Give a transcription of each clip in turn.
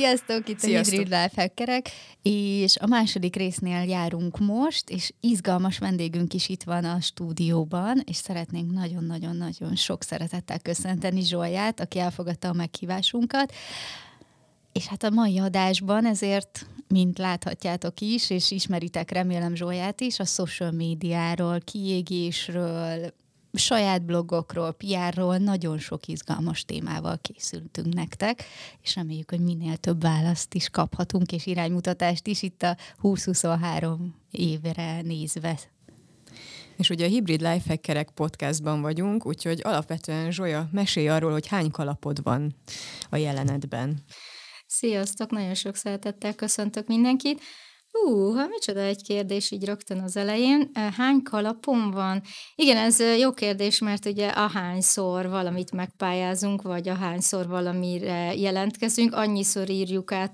Sziasztok, itt Sziasztok. A Hibrid Life Hackerek, és a második résznél járunk most, és izgalmas vendégünk is itt van a stúdióban, és szeretnénk nagyon-nagyon-nagyon sok szeretettel köszönteni Zsolját, aki elfogadta a meghívásunkat. És hát a mai adásban ezért, mint láthatjátok is, és ismeritek remélem Zsolját is, a social médiáról, kiégésről, saját blogokról, PR-ról nagyon sok izgalmas témával készültünk nektek, és reméljük, hogy minél több választ is kaphatunk, és iránymutatást is itt a 2023 évre nézve. És ugye a Hibrid Life Hackerek podcastban vagyunk, úgyhogy alapvetően Zsolya, mesélj arról, hogy hány kalapod van a jelenetben. Sziasztok, nagyon sok szeretettel köszöntök mindenkit. Micsoda egy kérdés így rögtön az elején. Hány kalapom van? Igen, ez jó kérdés, mert ugye ahányszor valamit megpályázunk, vagy ahányszor valamire jelentkezünk, annyiszor írjuk át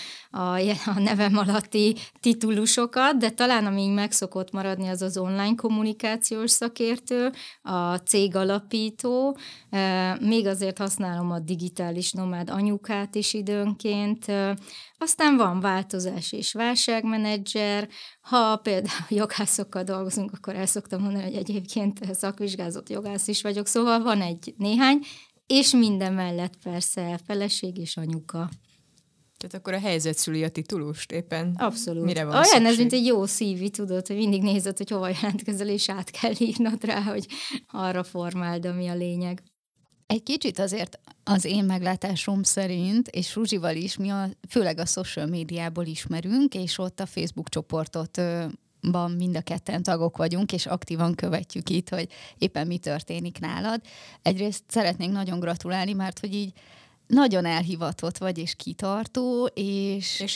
a nevem alatti titulusokat, de talán ami meg szokott maradni, az az online kommunikációs szakértő, a cégalapító, még azért használom a digitális nomád anyukát is időnként, aztán van változás és válságmenedzser, ha például jogászokkal dolgozunk, akkor el szoktam mondani, hogy egyébként szakvizsgázott jogász is vagyok, szóval van néhány, és minden mellett persze feleség és anyuka. Tehát akkor a helyzet szüli a titulust éppen? Abszolút. Mire van olyan szükség? ez, mint egy jó CV, tudod, hogy mindig nézed, hogy hova jelentkezel, és át kell írnod rá, hogy arra formáld, ami a lényeg. Egy kicsit azért az én meglátásom szerint, és Ruzsival is, mi főleg a social médiából ismerünk, és ott a Facebook csoportot mind a ketten tagok vagyunk, és aktívan követjük itt, hogy éppen mi történik nálad. Egyrészt szeretnénk nagyon gratulálni, mert hogy így nagyon elhivatott vagy, és kitartó, és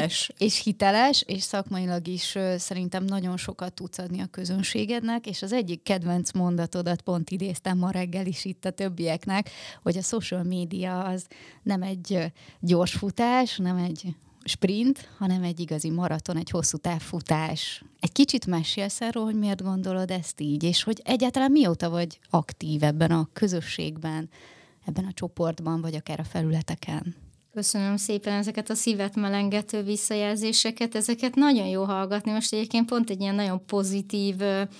hiteles, és szakmailag is szerintem nagyon sokat tudsz adni a közönségednek, és az egyik kedvenc mondatodat pont idéztem ma reggel is itt a többieknek, hogy a social media az nem egy gyors futás, nem egy sprint, hanem egy igazi maraton, egy hosszú távfutás. Egy kicsit mesélsz arról, hogy miért gondolod ezt így, és hogy egyáltalán mióta vagy aktív ebben a közösségben, ebben a csoportban, vagy akár a felületeken. Köszönöm szépen ezeket a szívet melengető visszajelzéseket, ezeket nagyon jó hallgatni. Most egyébként pont egy ilyen nagyon pozitív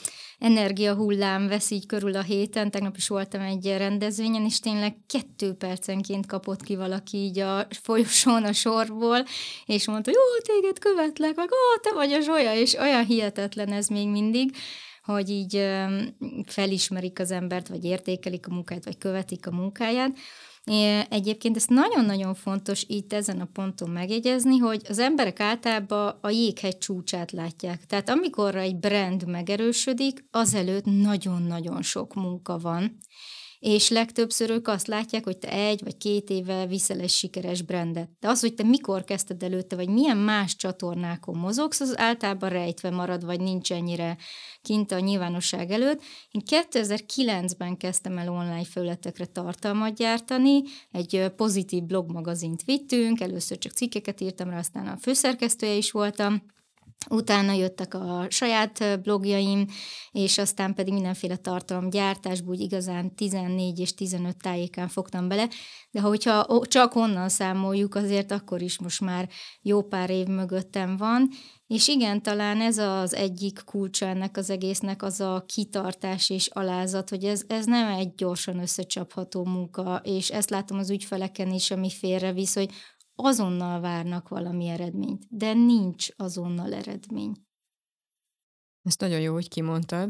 energiahullám vesz így körül a héten. Tegnap is voltam egy rendezvényen, és tényleg 2 percenként kapott ki valaki így a folyosón a sorból, és mondta, jó, téged követlek, meg te vagy a Zsolya, és olyan hihetetlen ez még mindig, hogy így felismerik az embert, vagy értékelik a munkáját, vagy követik a munkáját. Egyébként ez nagyon-nagyon fontos itt ezen a ponton megjegyezni, hogy az emberek általában a jéghegy csúcsát látják. Tehát amikor egy brand megerősödik, azelőtt nagyon-nagyon sok munka van, és legtöbbször ők azt látják, hogy te 1 vagy 2 éve viszel egy sikeres brandet. De az, hogy te mikor kezdted előtte, vagy milyen más csatornákon mozogsz, az általában rejtve marad, vagy nincs ennyire kint a nyilvánosság előtt. Én 2009-ben kezdtem el online felületekre tartalmat gyártani, egy pozitív blogmagazint vittünk, először csak cikkeket írtam rá, aztán a főszerkesztője is voltam, utána jöttek a saját blogjaim, és aztán pedig mindenféle tartalomgyártásból, úgy igazán 14 és 15 tájékán fogtam bele, de hogyha csak onnan számoljuk, azért akkor is most már jó pár év mögöttem van, és igen, talán ez az egyik kulcsa ennek az egésznek, az a kitartás és alázat, hogy ez nem egy gyorsan összecsapható munka, és ezt látom az ügyfeleken is, ami félrevisz, hogy azonnal várnak valami eredményt, de nincs azonnal eredmény. Ezt nagyon jó, hogy kimondtad.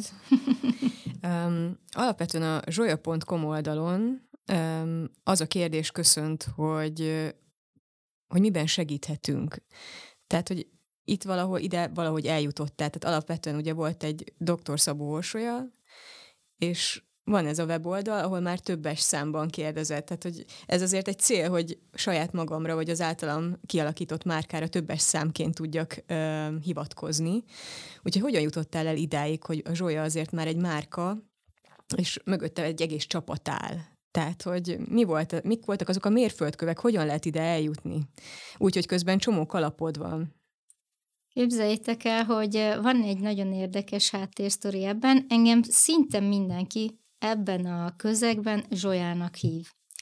Alapvetően a zsolya.com oldalon az a kérdés köszönt, hogy miben segíthetünk. Tehát, hogy itt valahogy eljutottál. Tehát alapvetően ugye volt egy Dr. Szabó Orsolya, és van ez a weboldal, ahol már többes számban kérdezett. Tehát, hogy ez azért egy cél, hogy saját magamra, vagy az általam kialakított márkára többes számként tudjak hivatkozni. Úgyhogy hogyan jutottál el idáig, hogy a Zsolya azért már egy márka, és mögötte egy egész csapat áll? Tehát, hogy mik voltak azok a mérföldkövek, hogyan lehet ide eljutni? Úgyhogy közben csomó kalapod van. Képzeljétek el, hogy van egy nagyon érdekes háttérsztori ebben. Engem szinte mindenki ebben a közegben Zsolyának hív.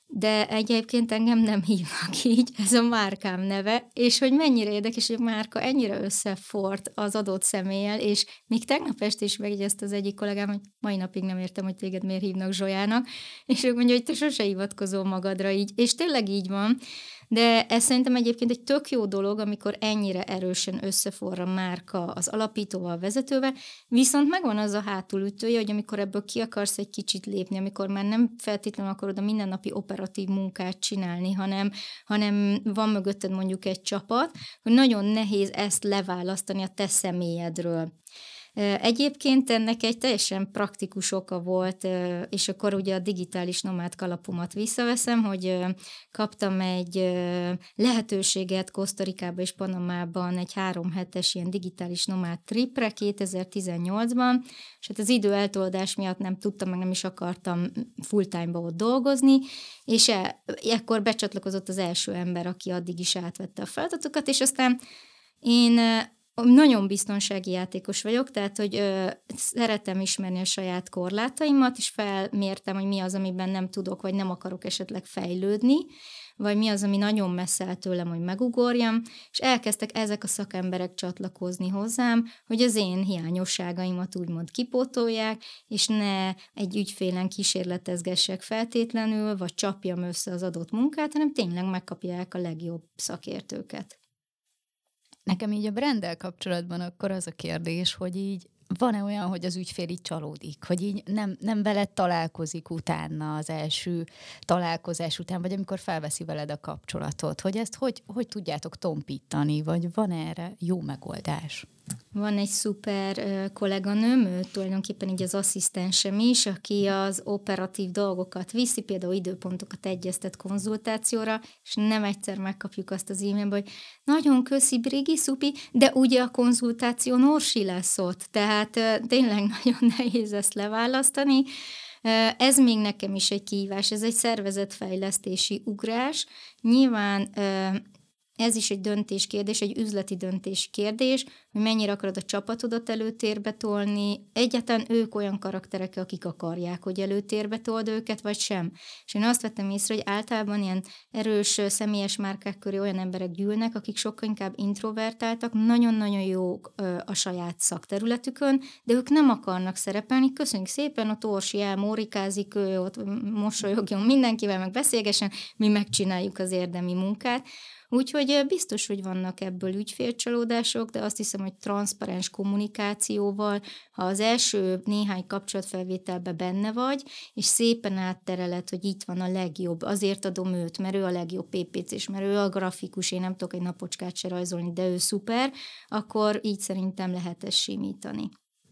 de egyébként engem nem hívnak így, ez a márkám neve, és hogy mennyire érdekes, hogy a márka ennyire összefort az adott személlyel, és még tegnap este is megjegyezte az egyik kollégám, hogy mai napig nem értem, hogy téged miért hívnak Zsolyának, és ő mondja, hogy te sose hivatkozol magadra így, és tényleg így van, de ez szerintem egyébként egy tök jó dolog, amikor ennyire erősen összeforr a márka az alapítóval, a vezetővel, viszont megvan az a hátulütője, hogy amikor ebből ki akarsz egy kicsit lépni, amikor már nem feltétlenül akarod a mindennapi operatív munkát csinálni, hanem van mögötted mondjuk egy csapat, hogy nagyon nehéz ezt leválasztani a te személyedről. Egyébként ennek egy teljesen praktikus oka volt, és akkor ugye a digitális nomád kalapomat visszaveszem, hogy kaptam egy lehetőséget Kosztarikába és Panamában egy 3 hetes ilyen digitális nomád tripre 2018-ban, és hát az idő eltoldás miatt nem tudtam, meg nem is akartam full-time-ba ott dolgozni, és ekkor becsatlakozott az első ember, aki addig is átvette a feladatokat, és aztán én nagyon biztonsági játékos vagyok, tehát, hogy szeretem ismerni a saját korlátaimat, és felmértem, hogy mi az, amiben nem tudok, vagy nem akarok esetleg fejlődni, vagy mi az, ami nagyon messze áll tőlem, hogy megugorjam, és elkezdtek ezek a szakemberek csatlakozni hozzám, hogy az én hiányosságaimat úgymond kipótolják, és ne egy ügyfélen kísérletezgessek feltétlenül, vagy csapjam össze az adott munkát, hanem tényleg megkapják a legjobb szakértőket. Nekem így a branddel kapcsolatban akkor az a kérdés, hogy így van-e olyan, hogy az ügyfél így csalódik, hogy így nem veled találkozik utána az első találkozás után, vagy amikor felveszi veled a kapcsolatot, hogy ezt hogy tudjátok tompítani, vagy van erre jó megoldás? Van egy szuper kolléganőm, ő tulajdonképpen így az asszisztensem is, aki az operatív dolgokat viszi, például időpontokat egyeztet konzultációra, és nem egyszer megkapjuk azt az e-mailbe, hogy nagyon köszi, Brigi, szupi, de ugye a konzultáció Orsi lesz ott, tehát tényleg nagyon nehéz ezt leválasztani. Ez még nekem is egy kihívás, ez egy szervezetfejlesztési ugrás. Nyilván ez is egy döntéskérdés, egy üzleti döntéskérdés, hogy mennyire akarod a csapatodat előtérbe tolni, egyáltalán ők olyan karakterek, akik akarják, hogy előtérbe told őket, vagy sem. És én azt vettem észre, hogy általában ilyen erős személyes márkák köré olyan emberek gyűlnek, akik sokkal inkább introvertáltak, nagyon-nagyon jók a saját szakterületükön, de ők nem akarnak szerepelni. Köszönjük szépen, ott Orsi elmórikázik, ő ott mosolyogjon mindenkivel, meg beszélgessen, mi megcsináljuk az érdemi munkát. Úgyhogy biztos, hogy vannak ebből ügyfélcsalódások, de azt hiszem, hogy transzparens kommunikációval, ha az első néhány kapcsolatfelvételben benne vagy, és szépen áttereled, hogy itt van a legjobb, azért adom őt, mert ő a legjobb PPC-s, mert ő a grafikus, én nem tudok egy napocskát se rajzolni, de ő szuper, akkor így szerintem lehet ezt simítani.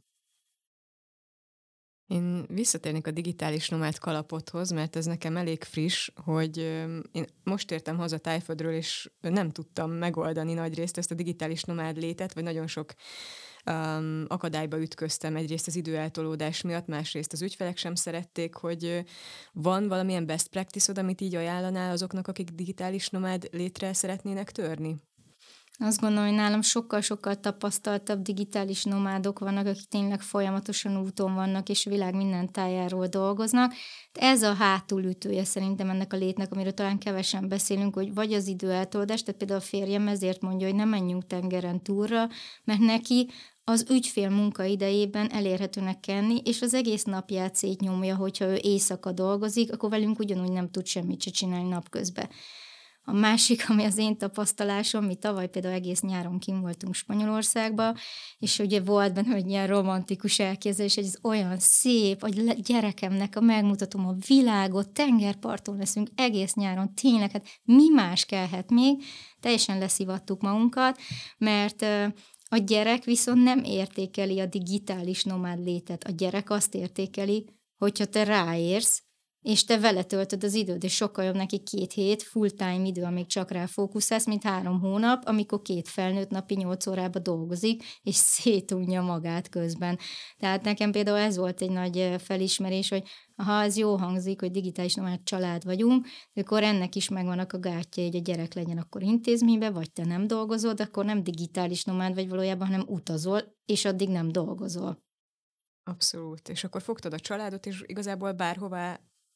Én visszatérnék a digitális nomád kalapothoz, mert ez nekem elég friss, hogy én most értem haza Tájföldről, és nem tudtam megoldani nagyrészt ezt a digitális nomád létet, vagy nagyon sok akadályba ütköztem, egyrészt az időeltolódás miatt, másrészt az ügyfelek sem szerették, hogy van valamilyen best practice-od, amit így ajánlanál azoknak, akik digitális nomád létre szeretnének törni? Azt gondolom, hogy nálam sokkal-sokkal tapasztaltabb digitális nomádok vannak, akik tényleg folyamatosan úton vannak, és világ minden tájáról dolgoznak. Ez a hátulütője szerintem ennek a létnek, amiről talán kevesen beszélünk, hogy vagy az időeltoldás, tehát például a férjem ezért mondja, hogy ne menjünk tengeren túlra, mert neki az ügyfél munkaidejében elérhetőnek kenni, és az egész napját szétnyomja, hogyha ő éjszaka dolgozik, akkor velünk ugyanúgy nem tud semmit se csinálni napközben. A másik, ami az én tapasztalásom, mi tavaly például egész nyáron kint voltunk Spanyolországba, és ugye volt benne egy ilyen romantikus elképzelés, hogy ez olyan szép, hogy gyerekemnek megmutatom a világot, tengerparton leszünk egész nyáron, tényleg, hát mi más kellhet még? Teljesen leszivattuk magunkat, mert a gyerek viszont nem értékeli a digitális nomád létet. A gyerek azt értékeli, hogyha te ráérsz, és te vele töltöd az időd, és sokkal jobb neki 2 hét full-time idő, amíg csak rá fókuszálsz, mint 3 hónap, amikor 2 felnőtt napi 8 órába dolgozik, és szétunja magát közben. Tehát nekem például ez volt egy nagy felismerés, hogy ha ez jó hangzik, hogy digitális nomád család vagyunk, de akkor ennek is megvannak a gátjai, hogy a gyerek legyen akkor intézményben, vagy te nem dolgozol, de akkor nem digitális nomád vagy valójában, hanem utazol, és addig nem dolgozol. Abszolút. És akkor fogtad a családot, és igazából bárhová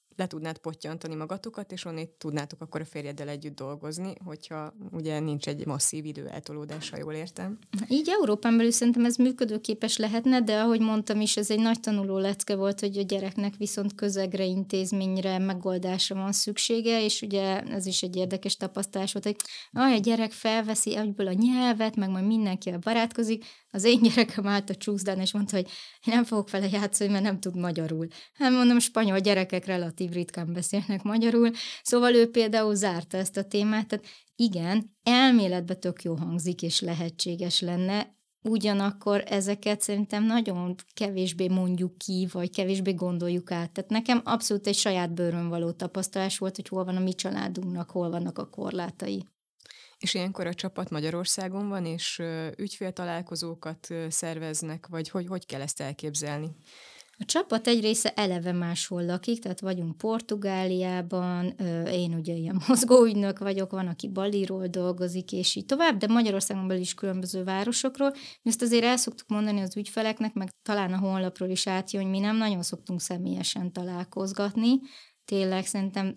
le tudnád pottyantani magatokat, és onnét tudnátok akkor a férjeddel együtt dolgozni, hogyha ugye nincs egy masszív időeltolódás, ha jól értem. Így Európán belül szerintem ez működőképes lehetne, de ahogy mondtam is, ez egy nagy tanuló lecke volt, hogy a gyereknek viszont közegre, intézményre, megoldásra van szüksége, és ugye ez is egy érdekes tapasztalás volt, hogy a gyerek felveszi egyből a nyelvet, meg majd mindenkivel barátkozik. Az én gyerekem állt a csúszdán, és mondta, hogy én nem fogok vele játszani, mert nem tud magyarul. Hát mondom, spanyol gyerekek relatív ritkán beszélnek magyarul, szóval ő például zárta ezt a témát, tehát igen, elméletben tök jó hangzik, és lehetséges lenne, ugyanakkor ezeket szerintem nagyon kevésbé mondjuk ki, vagy kevésbé gondoljuk át. Tehát nekem abszolút egy saját bőrön való tapasztalás volt, hogy hol van a mi családunknak, hol vannak a korlátai. És ilyenkor a csapat Magyarországon van, és ügyféltalálkozókat szerveznek, vagy hogy kell ezt elképzelni? A csapat egy része eleve máshol lakik, tehát vagyunk Portugáliában, én ugye ilyen mozgóügynök vagyok, van, aki Baliról dolgozik, és így tovább, de Magyarországon belül is különböző városokról. Mi ezt azért el szoktuk mondani az ügyfeleknek, meg talán a honlapról is átjön, hogy mi nem nagyon szoktunk személyesen találkozgatni. Tényleg szerintem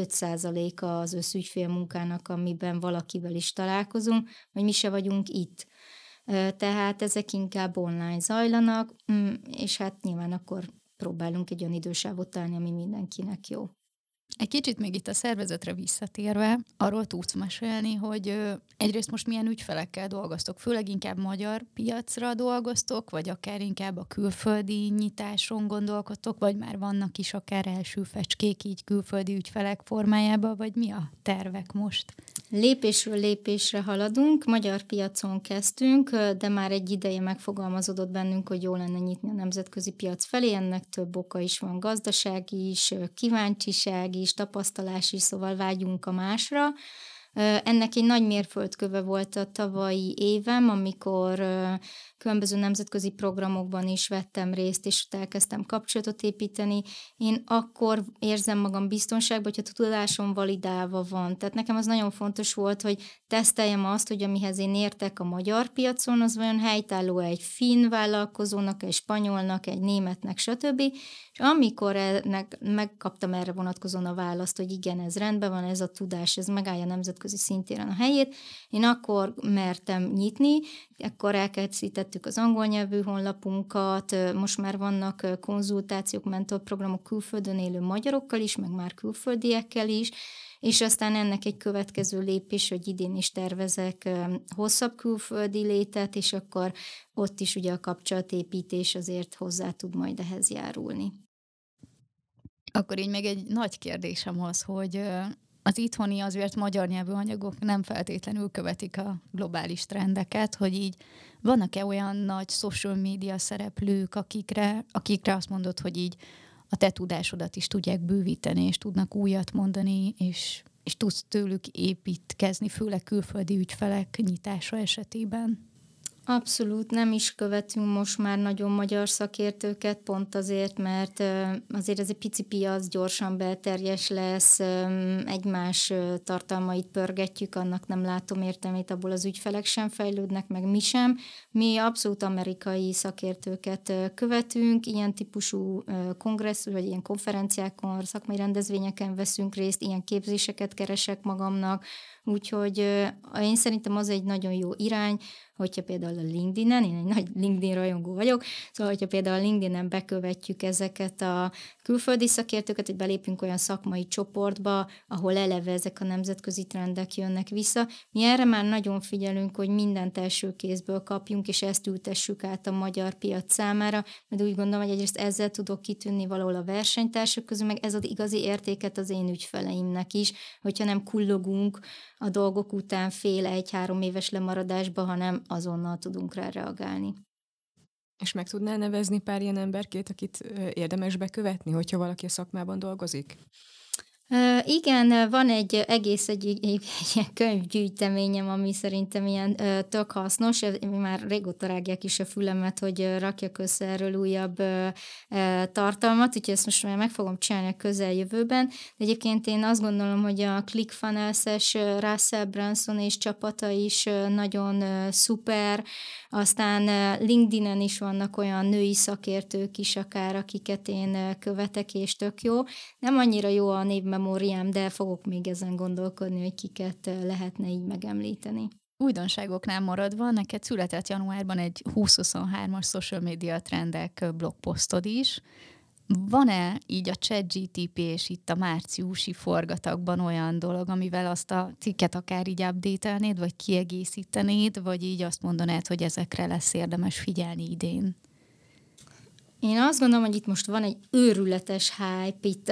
5% az összügyfél munkának, amiben valakivel is találkozunk, vagy mi se vagyunk itt. Tehát ezek inkább online zajlanak, és hát nyilván akkor próbálunk egy olyan idősávot találni, ami mindenkinek jó. Egy kicsit még itt a szervezetre visszatérve, arról tudsz mesélni, hogy egyrészt most milyen ügyfelekkel dolgoztok, főleg inkább magyar piacra dolgoztok, vagy akár inkább a külföldi nyitáson gondolkodtok, vagy már vannak is akár első fecskék így külföldi ügyfelek formájában, vagy mi a tervek most? Lépésről lépésre haladunk, magyar piacon kezdtünk, de már egy ideje megfogalmazódott bennünk, hogy jó lenne nyitni a nemzetközi piac felé, ennek több oka is van, gazdasági is, kíváncsiság is, tapasztalás is, szóval vágyunk a másra. Ennek egy nagy mérföldköve volt a tavalyi évem, amikor különböző nemzetközi programokban is vettem részt, és elkezdtem kapcsolatot építeni. Én akkor érzem magam biztonságban, hogyha a tudásom validálva van. Tehát nekem az nagyon fontos volt, hogy teszteljem azt, hogy amihez én értek a magyar piacon, az vajon helytálló egy finn vállalkozónak, egy spanyolnak, egy németnek, stb. És amikor megkaptam erre vonatkozóan a választ, hogy igen, ez rendben van, ez a tudás, ez megállja nemzetközi szintéren a helyét, én akkor mertem nyitni, akkor elkészítettük az angol nyelvű honlapunkat, most már vannak konzultációk, mentorprogramok külföldön élő magyarokkal is, meg már külföldiekkel is, és aztán ennek egy következő lépés, hogy idén is tervezek hosszabb külföldi létet, és akkor ott is ugye a kapcsolatépítés azért hozzá tud majd ehhez járulni. Akkor így még egy nagy kérdésem az, hogy az itthoni azért magyar nyelvű anyagok nem feltétlenül követik a globális trendeket, hogy így vannak-e olyan nagy social media szereplők, akikre azt mondod, hogy így a te tudásodat is tudják bővíteni, és tudnak újat mondani, és tudsz tőlük építkezni, főleg külföldi ügyfelek nyitása esetében? Abszolút nem is követünk most már nagyon magyar szakértőket, pont azért, mert azért ez egy pici piac, gyorsan belterjes lesz, egymás tartalmait pörgetjük, annak nem látom értelmét, abból az ügyfelek sem fejlődnek, meg mi sem. Mi abszolút amerikai szakértőket követünk, ilyen típusú kongresszus, vagy ilyen konferenciákon, szakmai rendezvényeken veszünk részt, ilyen képzéseket keresek magamnak, úgyhogy én szerintem az egy nagyon jó irány, hogyha például a LinkedIn-en, én egy nagy LinkedIn rajongó vagyok, szóval hogyha például a LinkedIn-en bekövetjük ezeket a külföldi szakértőket, hogy belépünk olyan szakmai csoportba, ahol eleve ezek a nemzetközi trendek jönnek vissza. Mi erre már nagyon figyelünk, hogy mindent első kézből kapjunk, és ezt ültessük át a magyar piac számára, mert úgy gondolom, hogy egyrészt ezzel tudok kitűnni valahol a versenytársak közül, meg ez az igazi értéket az én ügyfeleimnek is, hogyha nem kullogunk a dolgok után fél 1-3 éves lemaradásba, hanem azonnal tudunk rá reagálni. És meg tudnál nevezni pár ilyen emberkét, akit érdemes bekövetni, hogyha valaki a szakmában dolgozik? Igen, van egy ilyen könyvgyűjteményem, ami szerintem ilyen tök hasznos. Már régóta rágják is a fülemet, hogy rakjak össze erről újabb tartalmat, úgyhogy ezt most már meg fogom csinálni a közeljövőben. De egyébként én azt gondolom, hogy a ClickFunnels-es Russell Brunson és csapata is nagyon szuper. Aztán LinkedIn-en is vannak olyan női szakértők is akár, akiket én követek, és tök jó. Nem annyira jó a névmemóriám, de fogok még ezen gondolkodni, hogy kiket lehetne így megemlíteni. Újdonságoknál maradva, neked született januárban egy 2023-as social media trendek blogposztod is. Van-e így a ChatGPT és itt a márciusi forgatagban olyan dolog, amivel azt a cikket akár így update-elnéd, vagy kiegészítenéd, vagy így azt mondanád, hogy ezekre lesz érdemes figyelni idén? Én azt gondolom, hogy itt most van egy őrületes hype itt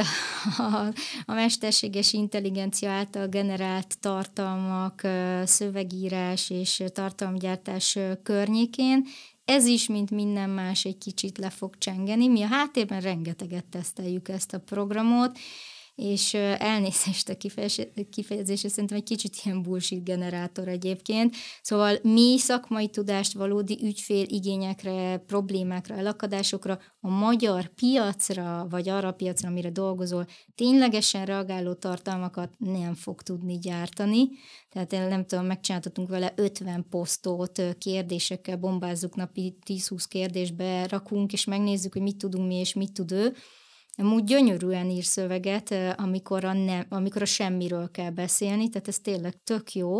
a mesterséges intelligencia által generált tartalmak, szövegírás és tartalomgyártás környékén. Ez is, mint minden más, egy kicsit le fog csengeni. Mi a háttérben rengeteget teszteljük ezt a programot, és elnézést a kifejezésre, szerintem egy kicsit ilyen bullshit generátor egyébként. Szóval mi szakmai tudást, valódi ügyfél igényekre, problémákra, elakadásokra, a magyar piacra, vagy arra a piacra, amire dolgozol, ténylegesen reagáló tartalmakat nem fog tudni gyártani. Tehát én nem tudom, megcsináltatunk vele 50 posztot, kérdésekkel bombázzuk, napi 10-20 kérdésbe rakunk, és megnézzük, hogy mit tudunk mi, és mit tud ő. Amúgy gyönyörűen ír szöveget, amikor a semmiről kell beszélni, tehát ez tényleg tök jó,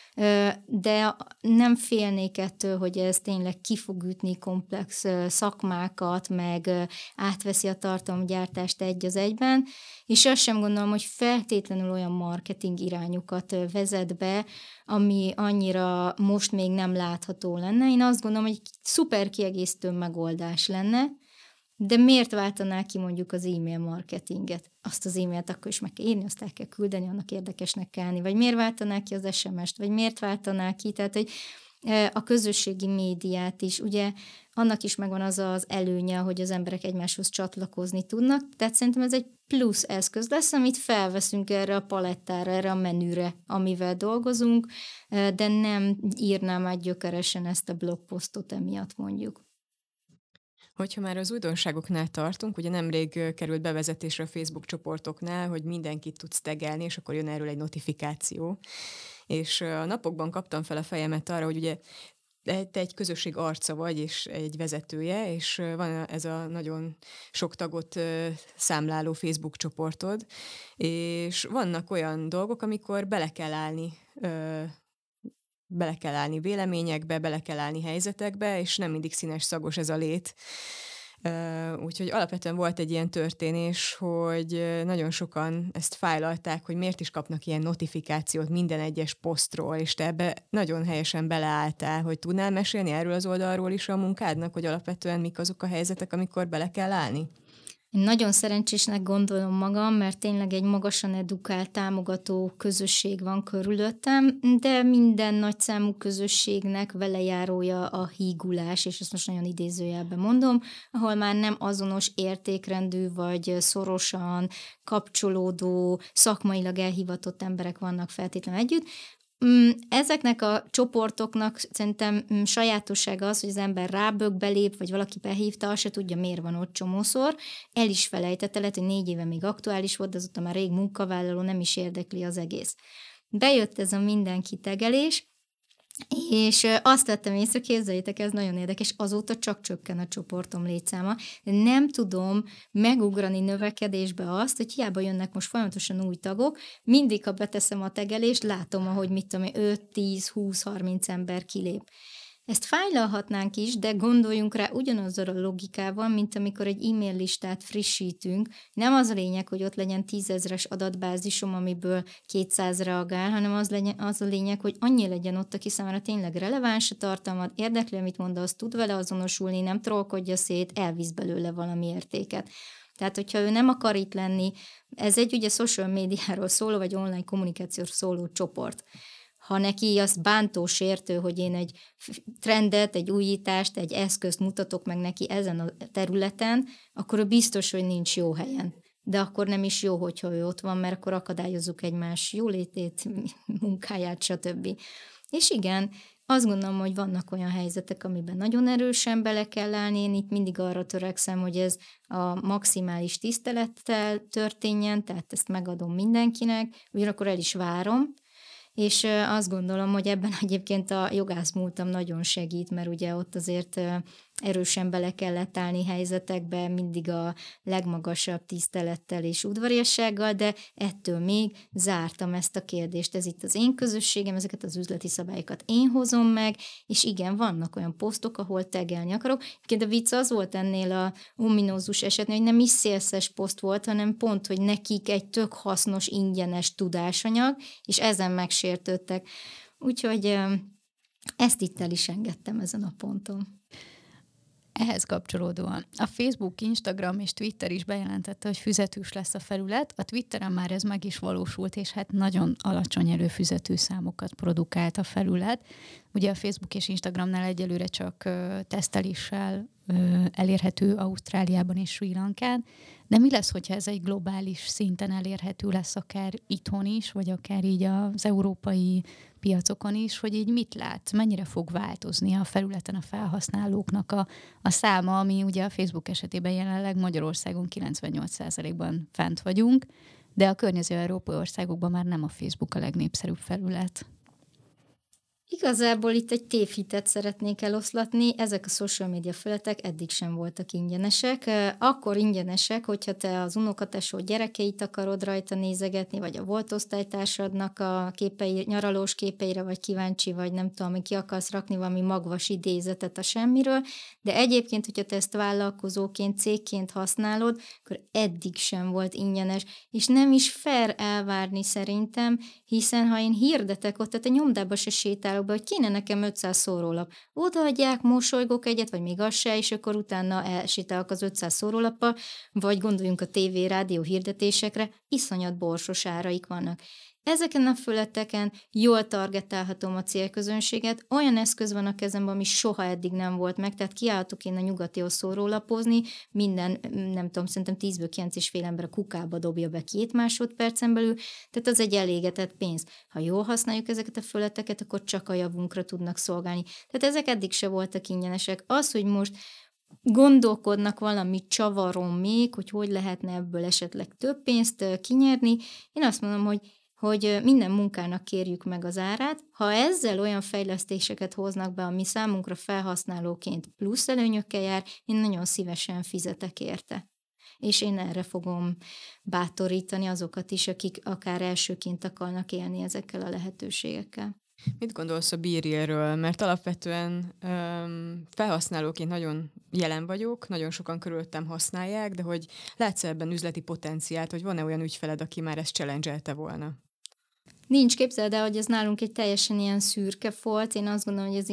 de nem félnék ettől, hogy ez tényleg ki fog ütni komplex szakmákat, meg átveszi a tartalomgyártást egy az egyben, és azt sem gondolom, hogy feltétlenül olyan marketing irányokat vezet be, ami annyira most még nem látható lenne. Én azt gondolom, hogy szuper kiegészítő megoldás lenne, de miért váltaná ki mondjuk az e-mail marketinget? Azt az e-mailt akkor is meg kell írni, azt el kell küldeni, annak érdekesnek kell állni. Vagy miért váltaná ki az SMS-t? Vagy miért váltaná ki? Tehát, hogy a közösségi médiát is, ugye annak is megvan az az előnye, hogy az emberek egymáshoz csatlakozni tudnak. Tehát szerintem ez egy plusz eszköz lesz, amit felveszünk erre a palettára, erre a menüre, amivel dolgozunk, de nem írnám át gyökeresen ezt a blogposztot emiatt mondjuk. Hogyha már az újdonságoknál tartunk, ugye nemrég került bevezetésre a Facebook csoportoknál, hogy mindenkit tudsz tegelni, és akkor jön erről egy notifikáció. És a napokban kaptam fel a fejemet arra, hogy ugye te egy közösség arca vagy, és egy vezetője, és van ez a nagyon sok tagot számláló Facebook csoportod, és vannak olyan dolgok, amikor bele kell állni véleményekbe, bele kell állni helyzetekbe, és nem mindig színes szagos ez a lét. Úgyhogy alapvetően volt egy ilyen történés, hogy nagyon sokan ezt fájlalták, hogy miért is kapnak ilyen notifikációt minden egyes posztról, és te ebbe nagyon helyesen beleálltál, hogy tudnál mesélni erről az oldalról is a munkádnak, hogy alapvetően mik azok a helyzetek, amikor bele kell állni? Én nagyon szerencsésnek gondolom magam, mert tényleg egy magasan edukált, támogató közösség van körülöttem, de minden nagyszámú közösségnek velejárója a hígulás, és ezt most nagyon idézőjelben mondom, ahol már nem azonos értékrendű, vagy szorosan kapcsolódó, szakmailag elhivatott emberek vannak feltétlenül együtt. Ezeknek a csoportoknak szerintem sajátossága az, hogy az ember rábög, belép, vagy valaki behívta, azt se tudja, miért van ott csomószor. El is felejtette, lehet, hogy 4 éve még aktuális volt, de azóta már rég munkavállaló, nem is érdekli az egész. Bejött ez a mindenki tegelés, és azt vettem észre, képzeljétek, ez nagyon érdekes, azóta csak csökken a csoportom létszáma. Nem tudom megugrani növekedésbe azt, hogy hiába jönnek most folyamatosan új tagok, mindig, ha beteszem a tegelést, látom, ahogy 5, 10, 20, 30 ember kilép. Ezt fájlalhatnánk is, de gondoljunk rá ugyanazzal a logikával, mint amikor egy e-mail listát frissítünk. Nem az a lényeg, hogy ott legyen 10 000-es adatbázisom, amiből 200 reagál, hanem az a lényeg, hogy annyi legyen ott, aki számára tényleg releváns a tartalmat, érdekli, amit mond, az tud vele azonosulni, nem trollkodja szét, elvisz belőle valami értéket. Tehát, hogyha ő nem akar itt lenni, ez egy ugye social médiáról szóló, vagy online kommunikációról szóló csoport. Ha neki az bántó, sértő, hogy én egy trendet, egy újítást, egy eszközt mutatok meg neki ezen a területen, akkor ő biztos, hogy nincs jó helyen. de akkor nem is jó, hogyha ő ott van, mert akkor akadályozzuk egymás jólétét, munkáját, stb. És igen, azt gondolom, hogy vannak olyan helyzetek, amiben nagyon erősen bele kell állni. Én itt mindig arra törekszem, hogy ez a maximális tisztelettel történjen, tehát ezt megadom mindenkinek, ugyanakkor el is várom, és azt gondolom, hogy ebben egyébként a jogászmúltam nagyon segít, mert ugye ott azért erősen bele kellett állni helyzetekbe, mindig a legmagasabb tisztelettel és udvariassággal, de ettől még zártam ezt a kérdést. Ez itt az én közösségem, ezeket az üzleti szabályokat én hozom meg, és igen, vannak olyan posztok, ahol tegelni akarok. Egyébként a vicc az volt ennél a ominózus esetnél, hogy nem is szélszes poszt volt, hanem pont, hogy nekik egy tök hasznos, ingyenes tudásanyag, és ezen megsértődtek. Úgyhogy ezt itt el is engedtem ezen a ponton. Ehhez kapcsolódóan a Facebook, Instagram és Twitter is bejelentette, hogy füzetős lesz a felület. A Twitteren már ez meg is valósult, és hát nagyon alacsony előfizető számokat produkált a felület. Ugye a Facebook és Instagramnál egyelőre csak teszteléssel elérhető Ausztráliában és Sri Lankán, de mi lesz, hogyha ez egy globális szinten elérhető lesz akár itthon is, vagy akár így az európai piacokon is, hogy így mit lát, mennyire fog változni a felületen a felhasználóknak a száma, ami ugye a Facebook esetében jelenleg Magyarországon 98%-ban fent vagyunk, de a környező európai országokban már nem a Facebook a legnépszerűbb felület. Igazából itt egy tévhitet szeretnék eloszlatni, ezek a social media felületek eddig sem voltak ingyenesek. Akkor ingyenesek, hogyha te az unokatesó gyerekeit akarod rajta nézegetni, vagy a volt osztálytársadnak a nyaralós képeire vagy kíváncsi, vagy nem tudom, hogy ki akarsz rakni valami magvas idézetet a semmiről, de egyébként, hogyha te ezt vállalkozóként, cégként használod, akkor eddig sem volt ingyenes, és nem is fair elvárni szerintem, hiszen ha én hirdetek ott, tehát a nyomdába se sétálok be, hogy kéne nekem 500 szórólap. Odaadják, mosolygok egyet, vagy még az se, és akkor utána elsétálok az 500 szórólappal, vagy gondoljunk a tévé, rádió hirdetésekre, iszonyat borsos áraik vannak. Ezeken a felületeken jól targetálhatom a célközönséget, olyan eszköz van a kezemben, ami soha eddig nem volt meg, tehát kiállhatok én a nyugatihoz szórólapozni, minden, nem tudom, szerintem 10-ből 9,5 ember a kukába dobja be 2 másodpercen belül, tehát az egy elégetett pénz. Ha jól használjuk ezeket a felületeket, akkor csak a javunkra tudnak szolgálni. Tehát ezek eddig se voltak ingyenesek. Az, hogy most gondolkodnak valami csavaron még, hogy lehetne ebből esetleg több pénzt kinyerni, én azt mondom, hogy minden munkának kérjük meg az árát. Ha ezzel olyan fejlesztéseket hoznak be, ami számunkra felhasználóként plusz előnyökkel jár, én nagyon szívesen fizetek érte. És én erre fogom bátorítani azokat is, akik akár elsőként akarnak élni ezekkel a lehetőségekkel. Mit gondolsz a BeReal-ről? Mert alapvetően felhasználóként nagyon jelen vagyok, nagyon sokan körülöttem használják, de hogy látsz ebben üzleti potenciált, hogy van-e olyan ügyfeled, aki már ezt challenge-elte volna? Nincs, képzeld el, hogy ez nálunk egy teljesen ilyen szürke folt. Én azt gondolom, hogy ez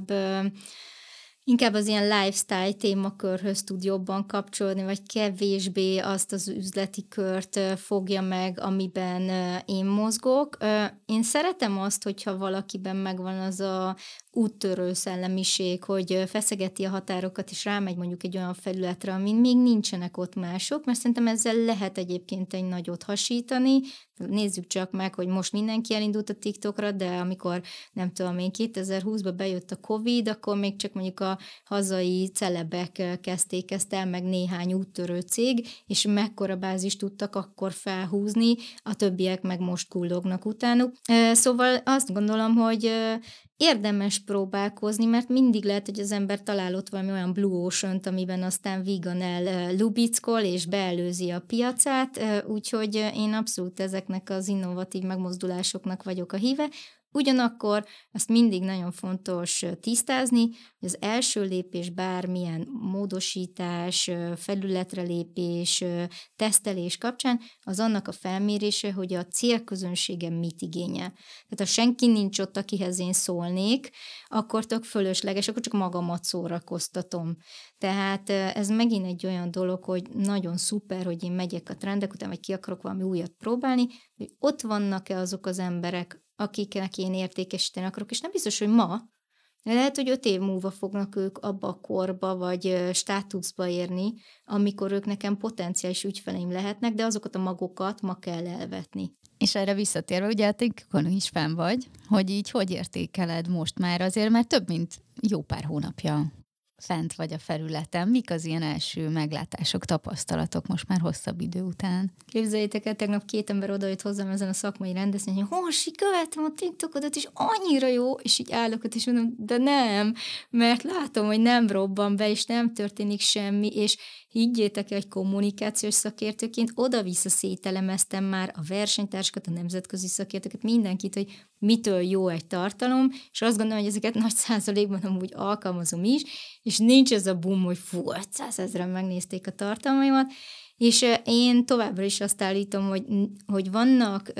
inkább az ilyen lifestyle témakörhöz tud jobban kapcsolódni, vagy kevésbé azt az üzleti kört fogja meg, amiben én mozgok. Én szeretem azt, hogyha valakiben megvan az a úttörő szellemiség, hogy feszegeti a határokat, és rámegy mondjuk egy olyan felületre, amin még nincsenek ott mások, mert szerintem ezzel lehet egyébként egy nagyot hasítani. Nézzük csak meg, hogy most mindenki elindult a TikTokra, de amikor, nem tudom én, 2020-ban bejött a Covid, akkor még csak mondjuk a hazai celebek kezdték ezt el, meg néhány úttörő cég, és mekkora bázist tudtak akkor felhúzni, a többiek meg most kullognak utánuk. Szóval azt gondolom, hogy érdemes próbálkozni, mert mindig lehet, hogy az ember talál ott valami olyan Blue Ocean-t, amiben aztán vígan lubickol és beelőzi a piacát, úgyhogy én abszolút ezeknek az innovatív megmozdulásoknak vagyok a híve. Ugyanakkor azt mindig nagyon fontos tisztázni, hogy az első lépés bármilyen módosítás, felületre lépés, tesztelés kapcsán az annak a felmérése, hogy a célközönsége mit igényel. Tehát ha senki nincs ott, akihez én szólnék, akkor tök fölösleges, akkor csak magamat szórakoztatom. Tehát ez megint egy olyan dolog, hogy nagyon szuper, hogy én megyek a trendek után, vagy ki akarok valami újat próbálni, hogy ott vannak-e azok az emberek, akiknek én értékesíteni akarok, és nem biztos, hogy ma, Lehet, hogy 5 év múlva fognak ők abba a korba, vagy státuszba érni, amikor ők nekem potenciális ügyfeleim lehetnek, de azokat a magokat ma kell elvetni. És erre visszatérve, ugye a TikTokon is fenn vagy, hogy így hogy értékeled most már azért, mert több mint jó pár hónapja fent vagy a felületen. Mik az ilyen első meglátások, tapasztalatok most már hosszabb idő után? Képzeljétek el, tegnap 2 ember odajött hozzám ezen a szakmai rendezvényen, hogy Horsi, követem a TikTokodat, és annyira jó, és így állok ott, és mondom, de nem, mert látom, hogy nem robban be, és nem történik semmi, és higgyétek el, hogy kommunikációs szakértőként oda-vissza szételemeztem már a versenytársakat, a nemzetközi szakértőket, mindenkit, hogy mitől jó egy tartalom, és azt gondolom, hogy ezeket nagy százalékban amúgy alkalmazom is, és nincs ez a boom, hogy 500 000-en megnézték a tartalmaimat, és én továbbra is azt állítom, hogy vannak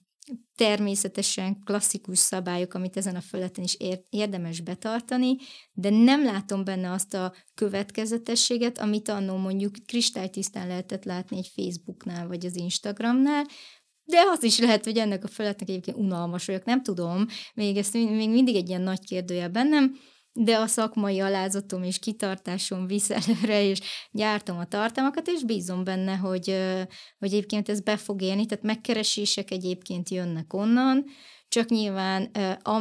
természetesen klasszikus szabályok, amit ezen a felületen is érdemes betartani, de nem látom benne azt a következetességet, amit annó mondjuk kristálytisztán lehetett látni egy Facebooknál, vagy az Instagramnál, de az is lehet, hogy ennek a felületnek egyébként unalmas vagyok, nem tudom, még mindig egy ilyen nagy kérdőjel bennem, de a szakmai alázatom és kitartásom visz előre, és gyártom a tartalmakat, és bízom benne, hogy egyébként ez be fog élni, tehát megkeresések egyébként jönnek onnan, csak nyilván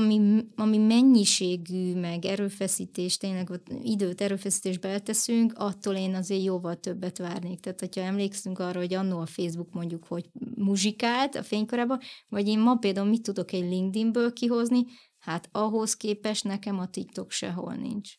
ami mennyiségű, meg erőfeszítés, tényleg időt, erőfeszítést beleteszünk, attól én azért jóval többet várnék. Tehát, hogyha emlékszünk arra, hogy annó a Facebook mondjuk, hogy muzsikált a fénykorában, vagy én ma például mit tudok egy LinkedInből kihozni, hát ahhoz képest nekem a TikTok sehol nincs.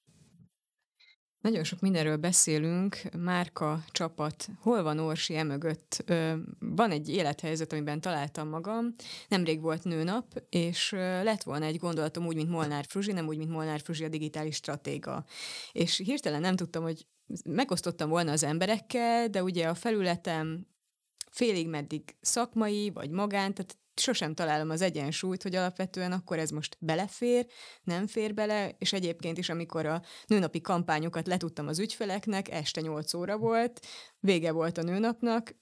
Nagyon sok mindenről beszélünk, márka, csapat, hol van Orsi emögött? Van egy élethelyzet, amiben találtam magam, nemrég volt nőnap, és lett volna egy gondolatom úgy, mint Molnár Fruzsi, nem úgy, mint Molnár Fruzsi a digitális stratéga. És hirtelen nem tudtam, hogy megosztottam volna az emberekkel, de ugye a felületem félig meddig szakmai, vagy magán, tehát sosem találom az egyensúlyt, hogy alapvetően akkor ez most belefér, nem fér bele, és egyébként is, amikor a nőnapi kampányokat letudtam az ügyfeleknek, este 8 óra volt, vége volt a nőnapnak,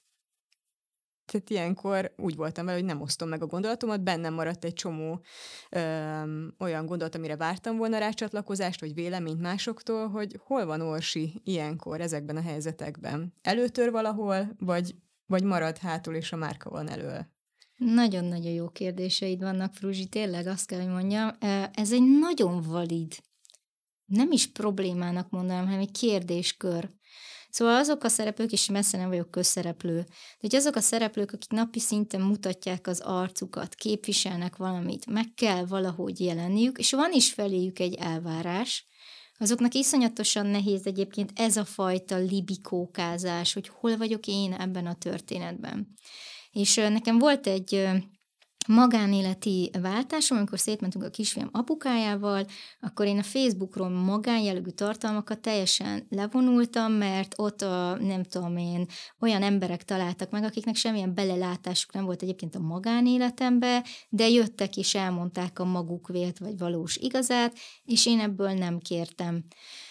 tehát ilyenkor úgy voltam vele, hogy nem osztom meg a gondolatomat, bennem maradt egy csomó olyan gondolat, amire vártam volna rácsatlakozást, vagy véleményt másoktól, hogy hol van Orsi ilyenkor, ezekben a helyzetekben. Előtör valahol, vagy marad hátul, és a márka van elől? Nagyon-nagyon jó kérdéseid vannak, Fruzsi, tényleg azt kell, hogy mondjam. Ez egy nagyon valid, nem is problémának mondanám, hanem egy kérdéskör. Szóval azok a szereplők, és messze nem vagyok közszereplő, de hogy azok a szereplők, akik napi szinten mutatják az arcukat, képviselnek valamit, meg kell valahogy jelenniük, és van is feléjük egy elvárás, azoknak iszonyatosan nehéz egyébként ez a fajta libikókázás, hogy hol vagyok én ebben a történetben. És nekem volt egy magánéleti váltásom, amikor szétmentünk a kisfiam apukájával, akkor én a Facebookról magánjellegű tartalmakat teljesen levonultam, mert ott nem tudom én, olyan emberek találtak meg, akiknek semmilyen belelátásuk nem volt egyébként a magánéletembe, de jöttek és elmondták a maguk vélt vagy valós igazát, és én ebből nem kértem.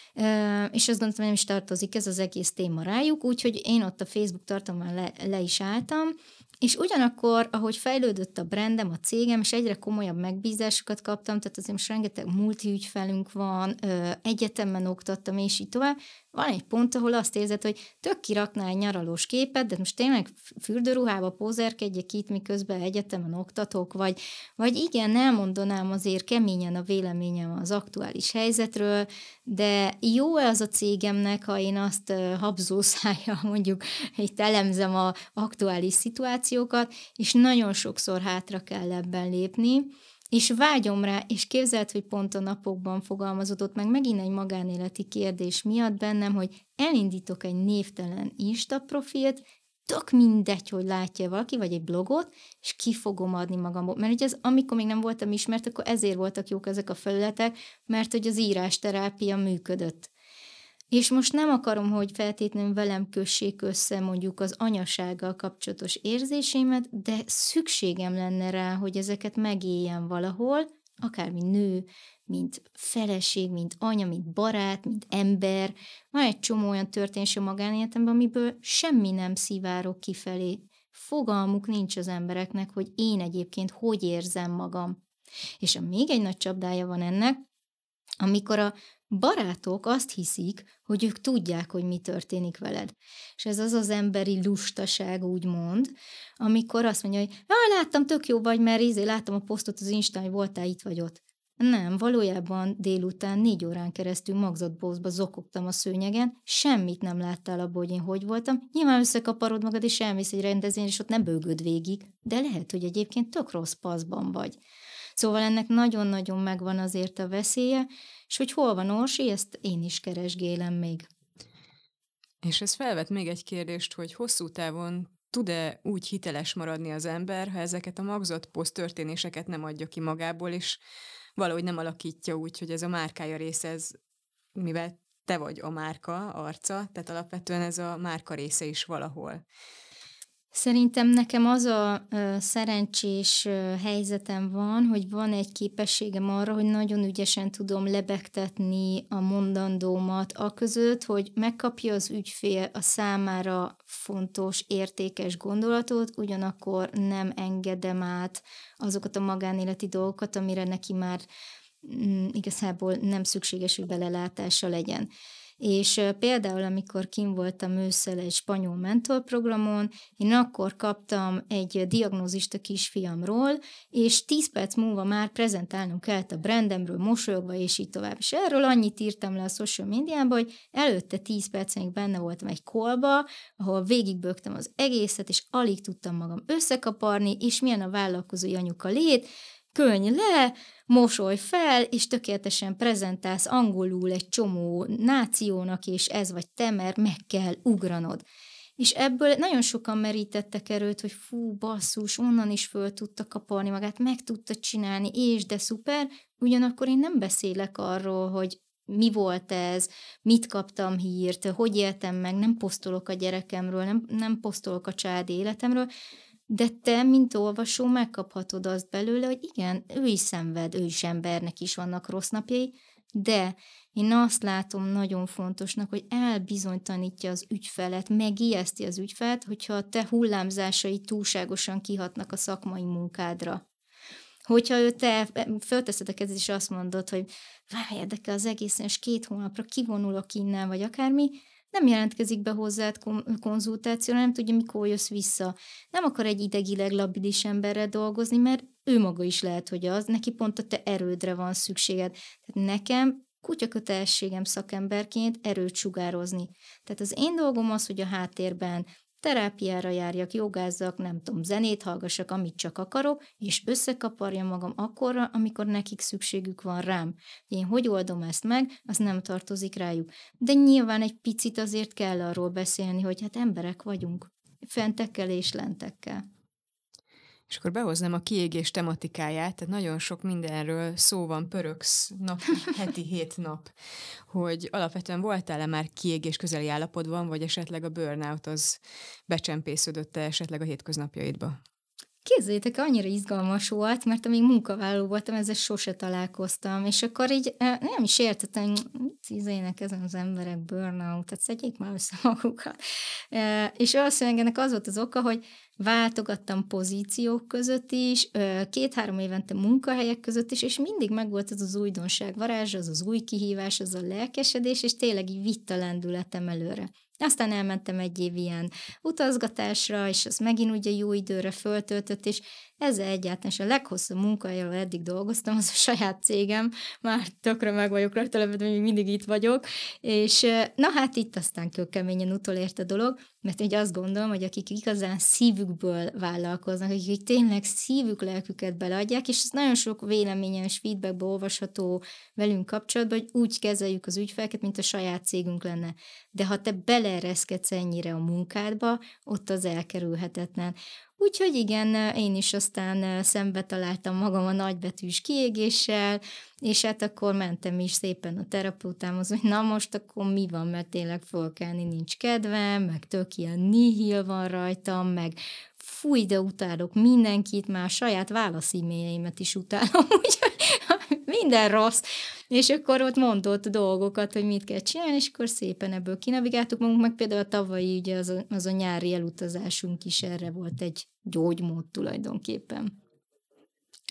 És azt gondoltam, hogy nem is tartozik ez az egész téma rájuk, úgyhogy én ott a Facebook tartalommal le is álltam, és ugyanakkor, ahogy fejlődött a brandem, a cégem, és egyre komolyabb megbízásokat kaptam, tehát azért most rengeteg multiügyfelünk van, egyetemen oktattam, és így tovább, van egy pont, ahol azt érzed, hogy tök kirakná egy nyaralós képet, de most tényleg fürdőruhába pózerkedjek itt, miközben egyetemen oktatok, vagy igen, elmondanám azért keményen a véleményem az aktuális helyzetről, de jó-e az a cégemnek, ha én azt habzószájjal mondjuk itt elemzem az aktuális szituációkat, és nagyon sokszor hátra kell ebben lépni, és vágyom rá, és képzeld, hogy pont a napokban fogalmazódott meg megint egy magánéleti kérdés miatt bennem, hogy elindítok egy névtelen Insta profilt, tök mindegy, hogy látja valaki, vagy egy blogot, és ki fogom adni magamból. Mert ugye amikor még nem voltam ismert, akkor ezért voltak jók ezek a felületek, mert hogy az írásterápia működött. És most nem akarom, hogy feltétlenül velem kössék össze mondjuk az anyasággal kapcsolatos érzéseimet, de szükségem lenne rá, hogy ezeket megéljem valahol, akár mint nő, mint feleség, mint anya, mint barát, mint ember. Van egy csomó olyan történés a magánéletemben, amiből semmi nem szivárog kifelé. Fogalmuk nincs az embereknek, hogy én egyébként hogy érzem magam. És még egy nagy csapdája van ennek, amikor a barátok azt hiszik, hogy ők tudják, hogy mi történik veled. És ez az az emberi lustaság, úgymond, amikor azt mondja, hogy láttam, tök jó vagy, mert láttam a posztot az Instán, hogy voltál itt vagy ott. Nem, valójában délután 4 órán keresztül magzatbózba zokogtam a szőnyegen, semmit nem láttál abból, hogy én hogy voltam. Nyilván összekaparod magad, és elmész egy rendezvényre, és ott nem bőgöd végig, de lehet, hogy egyébként tök rossz paszban vagy. Szóval ennek nagyon-nagyon megvan azért a veszélye, és hogy hol van Orsi, ezt én is keresgélem még. És ez felvet még egy kérdést, hogy hosszú távon tud-e úgy hiteles maradni az ember, ha ezeket a magzott poszt történéseket nem adja ki magából, és valahogy nem alakítja úgy, hogy ez a márkája része, ez, mivel te vagy a márka arca, tehát alapvetően ez a márka része is valahol. Szerintem nekem az a szerencsés helyzetem van, hogy van egy képességem arra, hogy nagyon ügyesen tudom lebegtetni a mondandómat aközött, hogy megkapja az ügyfél a számára fontos, értékes gondolatot, ugyanakkor nem engedem át azokat a magánéleti dolgokat, amire neki már igazából nem szükséges, hogy belelátása legyen. És például, amikor kint voltam ősszel egy spanyol mentorprogramon, én akkor kaptam egy diagnózist a kisfiamról, és 10 perc múlva már prezentálnom kellett a brandemről, mosolyogva, és így tovább. És erről annyit írtam le a social médiában, hogy előtte 10 percig benne voltam egy callba, ahol végigbögtem az egészet, és alig tudtam magam összekaparni, és milyen a vállalkozói anyuka lét, könny le, mosolj fel, és tökéletesen prezentálsz angolul egy csomó nációnak, és ez vagy te, mert meg kell ugranod. És ebből nagyon sokan merítettek erőt, hogy fú, basszus, onnan is föl tudta kaparni magát, meg tudta csinálni, és de szuper, ugyanakkor én nem beszélek arról, hogy mi volt ez, mit kaptam hírt, hogy éltem meg, nem posztolok a gyerekemről, nem posztolok a családi életemről, de te, mint olvasó, megkaphatod azt belőle, hogy igen, ő is szenved, ő is embernek is vannak rossz napjai, de én azt látom nagyon fontosnak, hogy elbizonytalanítja az ügyfelet, megijeszti az ügyfelet, hogyha a te hullámzásai túlságosan kihatnak a szakmai munkádra. Hogyha te fölteszed a kezed, és azt mondod, hogy várj, érdekel az egészen, és 2 hónapra kivonulok innen, vagy akármi, nem jelentkezik be hozzád konzultációra, nem tudja, mikor jössz vissza. Nem akar egy idegileg labilis emberrel dolgozni, mert ő maga is lehet, hogy az, neki pont a te erődre van szükséged. Tehát nekem kutyakötelességem szakemberként erőt sugározni. Tehát az én dolgom az, hogy a háttérben terápiára járjak, jogázzak, nem tudom, zenét hallgassak, amit csak akarok, és összekaparjam magam akkorra, amikor nekik szükségük van rám. Én hogy oldom ezt meg, az nem tartozik rájuk. De nyilván egy picit azért kell arról beszélni, hogy hát emberek vagyunk, fentekkel és lentekkel. És akkor behoznám a kiégés tematikáját, tehát nagyon sok mindenről szó van, pöröksz heti 7 nap, hogy alapvetően voltál-e már kiégés közeli állapotban, vagy esetleg a burnout az becsempésződött-e esetleg a hétköznapjaidba? Képzeljétek, annyira izgalmas volt, mert amíg munkavállaló voltam, ezzel sose találkoztam, és akkor így nem is értettem, hogy mit ezen az emberek burnout, tehát szedjék már össze magukat. És valószínűleg ennek az volt az oka, hogy váltogattam pozíciók között is, 2-3 évente munkahelyek között is, és mindig megvolt az az újdonság varázsa, az az új kihívás, az a lelkesedés, és tényleg így vitt a lendületem előre. Aztán elmentem egy év ilyen utazgatásra, és az megint ugye jó időre föltöltött, és ezzel egyáltalán, és a leghosszabb munkahely, ahol eddig dolgoztam, az a saját cégem, már tökre meg vagyok rajta lepődve, még mindig itt vagyok, és na hát itt aztán kőkeményen utolért a dolog, mert így azt gondolom, hogy akik igazán szívükből vállalkoznak, akik tényleg szívük, lelküket beleadják, és ez nagyon sok véleményen és feedbackben olvasható velünk kapcsolatban, hogy úgy kezeljük az ügyfeleket, mint a saját cégünk lenne. De ha te beleereszkedsz ennyire a munkádba, ott az elkerülhetetlen. Úgyhogy igen, én is aztán szembe találtam magam a nagybetűs kiégéssel, és hát akkor mentem is szépen a terapeutámhoz, hogy na most akkor mi van, mert tényleg fölkelni nincs kedvem, meg tök ilyen nihil van rajtam, meg fúj, de utálok mindenkit, már a saját válasz-e-mailjeimet is utálom, úgyhogy minden rossz. És akkor ott mondott dolgokat, hogy mit kell csinálni, és akkor szépen ebből kinavigáltuk magunk, meg például a tavalyi ugye az a nyári elutazásunk is erre volt egy gyógymód tulajdonképpen.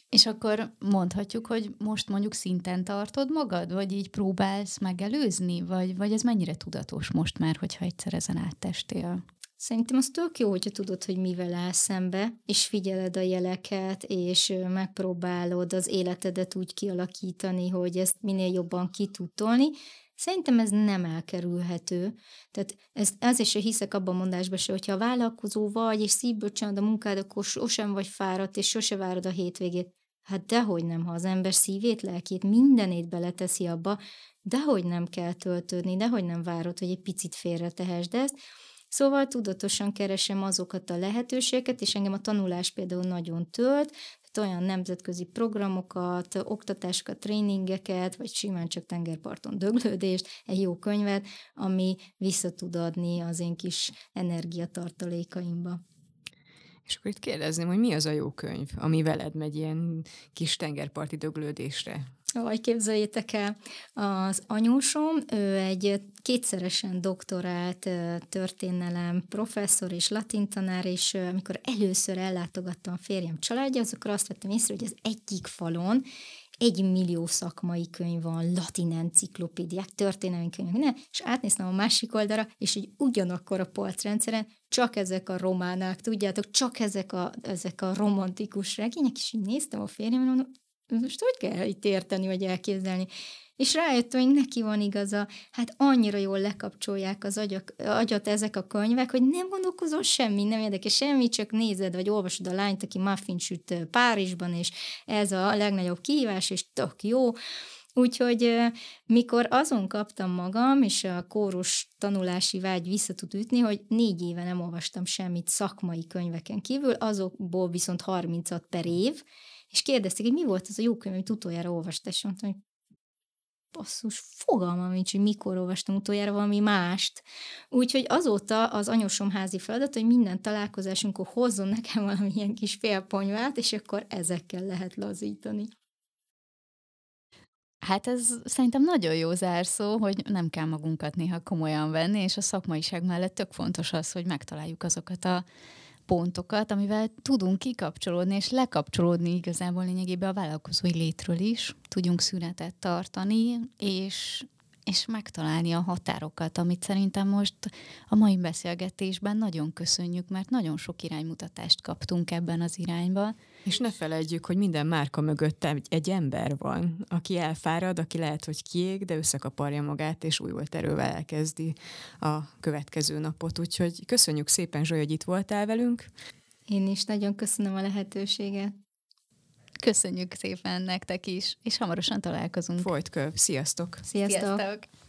És akkor mondhatjuk, hogy most mondjuk szinten tartod magad, vagy így próbálsz megelőzni, vagy ez mennyire tudatos most már, hogyha egyszer ezen áttestél? Szerintem az tök jó, hogyha tudod, hogy mivel állsz szembe, és figyeled a jeleket, és megpróbálod az életedet úgy kialakítani, hogy ezt minél jobban ki tud tolni. Szerintem ez nem elkerülhető. Tehát ez is hiszek abban a mondásban se, hogyha vállalkozó vagy, és szívből csinálod a munkád, akkor sosem vagy fáradt, és sose várod a hétvégét. Hát dehogy nem, ha az ember szívét, lelkét, mindenét beleteszi abba, dehogy nem kell töltődni, dehogy nem várod, hogy egy picit félretehesd ezt. Szóval tudatosan keresem azokat a lehetőségeket, és engem a tanulás például nagyon tölt, tehát olyan nemzetközi programokat, oktatásokat, tréningeket, vagy simán csak tengerparton döglődést, egy jó könyvet, ami vissza tud adni az én kis energiatartalékaimba. És akkor itt kérdezném, hogy mi az a jó könyv, ami veled megy ilyen kis tengerparti döglődésre? Vagy képzeljétek el, az anyósom, ő egy kétszeresen doktorált történelem professzor és latintanár, és amikor először ellátogattam a férjem családja, akkor azt vettem észre, hogy az egyik falon 1 millió szakmai könyv van, latin enciklopédiák, történelmi könyvek, minden, és átnéztem a másik oldalra, és így ugyanakkor a polcrendszeren csak ezek a románák, tudjátok, csak ezek a romantikus regények, és így néztem a férjem, mondom, most hogy kell itt érteni, vagy elképzelni? És rájöttem, hogy neki van igaza, hát annyira jól lekapcsolják az agyat ezek a könyvek, hogy nem gondolkozol semmi, nem érdekel semmi, csak nézed, vagy olvasod a lányt, aki muffin süt Párizsban, és ez a legnagyobb kihívás, és tök jó. Úgyhogy mikor azon kaptam magam, és a kórus tanulási vágy vissza tud ütni, hogy 4 éve nem olvastam semmit szakmai könyveken kívül, azokból viszont 30-at per év, és kérdezték, hogy mi volt az a jó könyv, amit utoljára olvastál, és mondtam, hogy basszus, fogalmam nincs, hogy mikor olvastam utoljára valami mást. Úgyhogy azóta az anyósom házi feladat, hogy minden találkozásunkkor hozzon nekem valamilyen kis félponyvát, és akkor ezekkel lehet lazítani. Hát ez szerintem nagyon jó zárszó, hogy nem kell magunkat néha komolyan venni, és a szakmaiság mellett tök fontos az, hogy megtaláljuk azokat a pontokat, amivel tudunk kikapcsolódni, és lekapcsolódni igazából lényegében a vállalkozói létről is, tudjunk szünetet tartani, és megtalálni a határokat, amit szerintem most a mai beszélgetésben nagyon köszönjük, mert nagyon sok iránymutatást kaptunk ebben az irányba. És ne feledjük, hogy minden márka mögött egy ember van, aki elfárad, aki lehet, hogy kiég, de összekaparja magát, és új volt erővel elkezdi a következő napot. Úgyhogy köszönjük szépen, Zsoly, hogy itt voltál velünk. Én is nagyon köszönöm a lehetőséget. Köszönjük szépen nektek is, és hamarosan találkozunk. Folyt köv. Sziasztok! Sziasztok! Sziasztok.